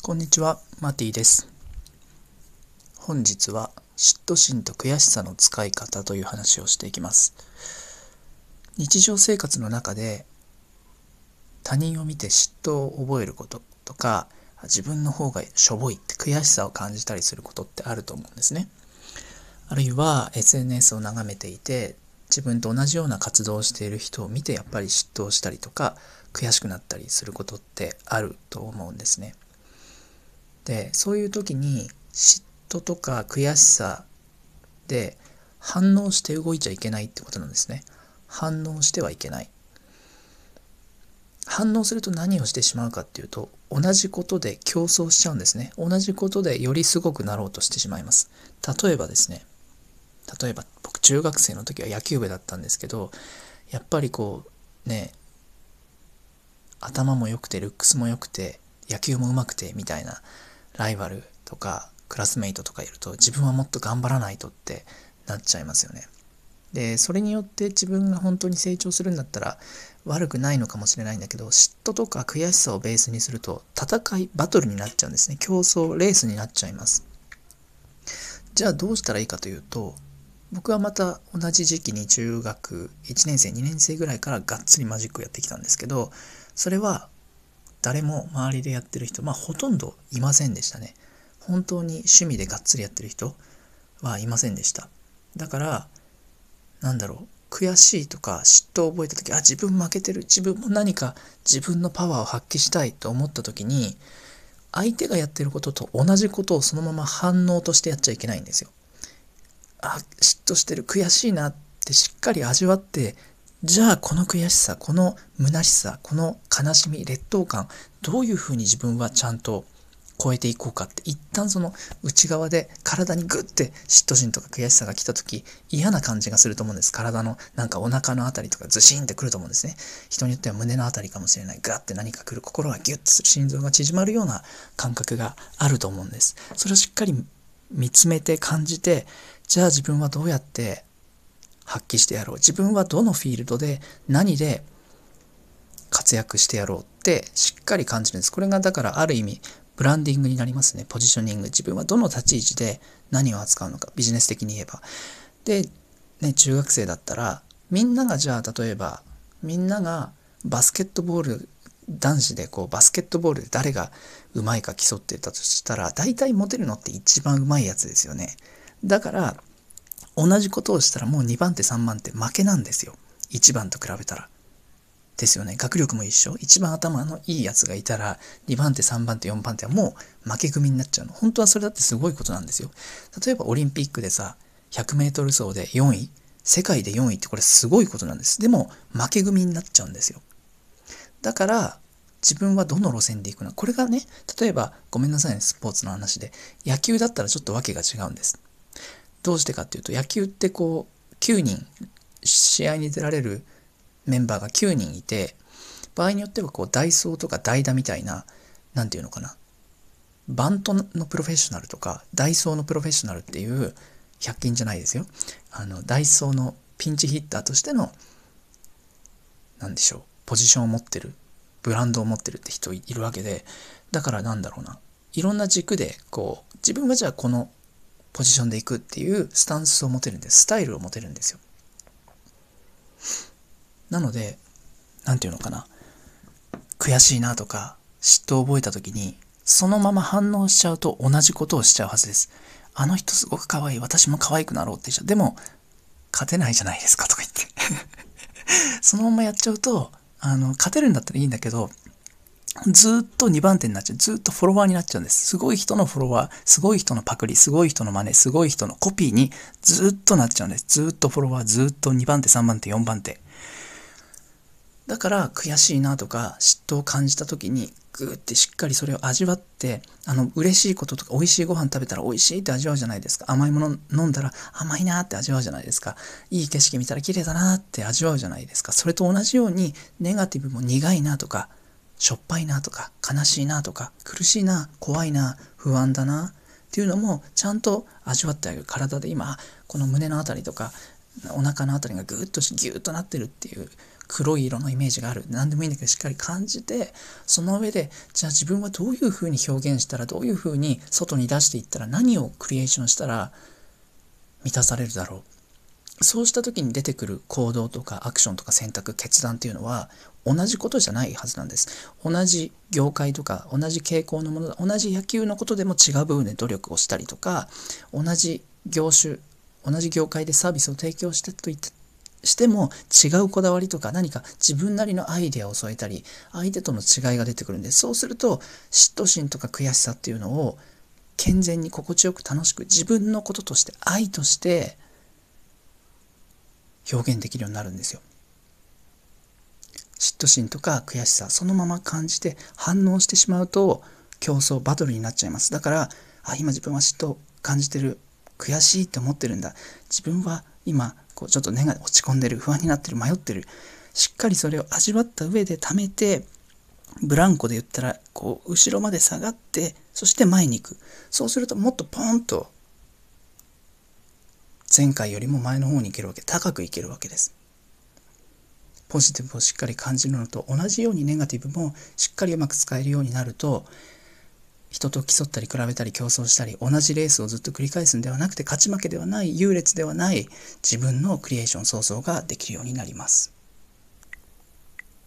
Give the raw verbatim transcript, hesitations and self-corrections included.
こんにちは、マティです。本日は嫉妬心と悔しさの使い方という話をしていきます。日常生活の中で他人を見て嫉妬を覚えることとか、自分の方がしょぼいって悔しさを感じたりすることってあると思うんですね。あるいは エスエヌエス を眺めていて、自分と同じような活動をしている人を見てやっぱり嫉妬したりとか悔しくなったりすることってあると思うんですね。で、そういう時に嫉妬とか悔しさで反応して動いちゃいけないってことなんですね。反応してはいけない。反応すると何をしてしまうかっていうと、同じことで競争しちゃうんですね。同じことでよりすごくなろうとしてしまいます。例えばですね、例えば僕中学生の時は野球部だったんですけど、やっぱりこうね、頭も良くてルックスも良くて野球も上手くてみたいなライバルとかクラスメイトとかいると、自分はもっと頑張らないとってなっちゃいますよね。で、それによって自分が本当に成長するんだったら悪くないのかもしれないんだけど、嫉妬とか悔しさをベースにすると戦いバトルになっちゃうんですね。競争レースになっちゃいます。じゃあどうしたらいいかというと、僕はまた同じ時期に中学いちねん生にねん生ぐらいからがっつりマジックをやってきたんですけど、それは誰も周りでやってる人、まあほとんどいませんでしたね。本当に趣味でがっつりやってる人はいませんでした。だからなんだろう、悔しいとか嫉妬を覚えた時、あ、自分負けてる、自分も何か自分のパワーを発揮したいと思った時に、相手がやってることと同じことをそのまま反応としてやっちゃいけないんですよ。あ、嫉妬してる、悔しいなってしっかり味わって、じゃあこの悔しさ、この虚しさ、この悲しみ、劣等感、どういうふうに自分はちゃんと超えていこうかって、一旦その内側で体にグッて嫉妬心とか悔しさが来た時、嫌な感じがすると思うんです。体のなんかお腹のあたりとかズシンってくると思うんですね。人によっては胸のあたりかもしれない。ガッて何か来る、心がギュッとする、心臓が縮まるような感覚があると思うんです。それをしっかり見つめて感じて、じゃあ自分はどうやって発揮してやろう、自分はどのフィールドで何で活躍してやろうってしっかり感じるんです。これがだからある意味ブランディングになりますね。ポジショニング。自分はどの立ち位置で何を扱うのか、ビジネス的に言えば。で、ね、中学生だったらみんながじゃあ例えばみんながバスケットボール男子でこうバスケットボールで誰がうまいか競ってたとしたら、大体モテるのって一番うまいやつですよね。だから同じことをしたらもうにばん手さんばん手負けなんですよ。いちばんと比べたら。ですよね。学力も一緒。一番頭のいいやつがいたらにばん手さんばん手よんばん手はもう負け組になっちゃうの。本当はそれだってすごいことなんですよ。例えばオリンピックでさ、ひゃくメートル走でよんい、世界でよんいってこれすごいことなんです。でも負け組になっちゃうんですよ。だから自分はどの路線で行くのか。これがね、例えばごめんなさいね、スポーツの話で、野球だったらちょっとわけが違うんです。どうしてかっていうと、野球ってこうきゅうにん試合に出られるメンバーがきゅうにんいて、場合によってはこうダイソーとか代打みたいな、なんていうのかな、バントのプロフェッショナルとかダイソーのプロフェッショナルっていうひゃく均じゃないですよ、あのダイソーのピンチヒッターとしてのなんでしょう、ポジションを持ってる、ブランドを持ってるって人いるわけで、だからなんだろうな、いろんな軸でこう自分はじゃあこのポジションでいくっていうスタンスを持てるんです。スタイルを持てるんですよ。なので、なんていうのかな、悔しいなとか嫉妬を覚えた時にそのまま反応しちゃうと同じことをしちゃうはずです。あの人すごく可愛い、私も可愛くなろうってしちゃう。でも勝てないじゃないですかとか言ってそのままやっちゃうと、あの勝てるんだったらいいんだけど、ずっとにばん手になっちゃう。ずっとフォロワーになっちゃうんです。すごい人のフォロワー、すごい人のパクリ、すごい人の真似、すごい人のコピーにずっとなっちゃうんです。ずっとフォロワー、ずっとにばん手さんばん手よんばん手。だから悔しいなとか嫉妬を感じた時にグーってしっかりそれを味わって、あの嬉しいこととか美味しいご飯食べたら美味しいって味わうじゃないですか。甘いもの飲んだら甘いなって味わうじゃないですか。いい景色見たら綺麗だなって味わうじゃないですか。それと同じようにネガティブも苦いなとかしょっぱいなとか悲しいなとか苦しいな怖いな不安だなっていうのもちゃんと味わってあげる。体で今この胸のあたりとかお腹のあたりがグーッとギューッとなってるっていう黒い色のイメージがある、何でもいいんだけどしっかり感じて、その上でじゃあ自分はどういうふうに表現したら、どういうふうに外に出していったら、何をクリエーションしたら満たされるだろう。そうした時に出てくる行動とかアクションとか選択、決断っていうのは同じことじゃないはずなんです。同じ業界とか同じ傾向のものだ、同じ野球のことでも違う部分で努力をしたりとか、同じ業種、同じ業界でサービスを提供してといってしても違うこだわりとか何か自分なりのアイデアを添えたり、相手との違いが出てくるんで、そうすると嫉妬心とか悔しさっていうのを健全に心地よく楽しく自分のこととして、愛として表現できるようになるんですよ。嫉妬心とか悔しさそのまま感じて反応してしまうと競争バトルになっちゃいます。だからあ今自分は嫉妬を感じてる、悔しいって思ってるんだ、自分は今こうちょっと根が落ち込んでる、不安になってる、迷ってる、しっかりそれを味わった上で溜めて、ブランコで言ったらこう後ろまで下がって、そして前に行く。そうするともっとポンと前回よりも前の方に行けるわけ、高く行けるわけです。ポジティブをしっかり感じるのと同じようにネガティブもしっかりうまく使えるようになると、人と競ったり比べたり競争したり同じレースをずっと繰り返すんではなくて、勝ち負けではない、優劣ではない自分のクリエーション創造ができるようになります。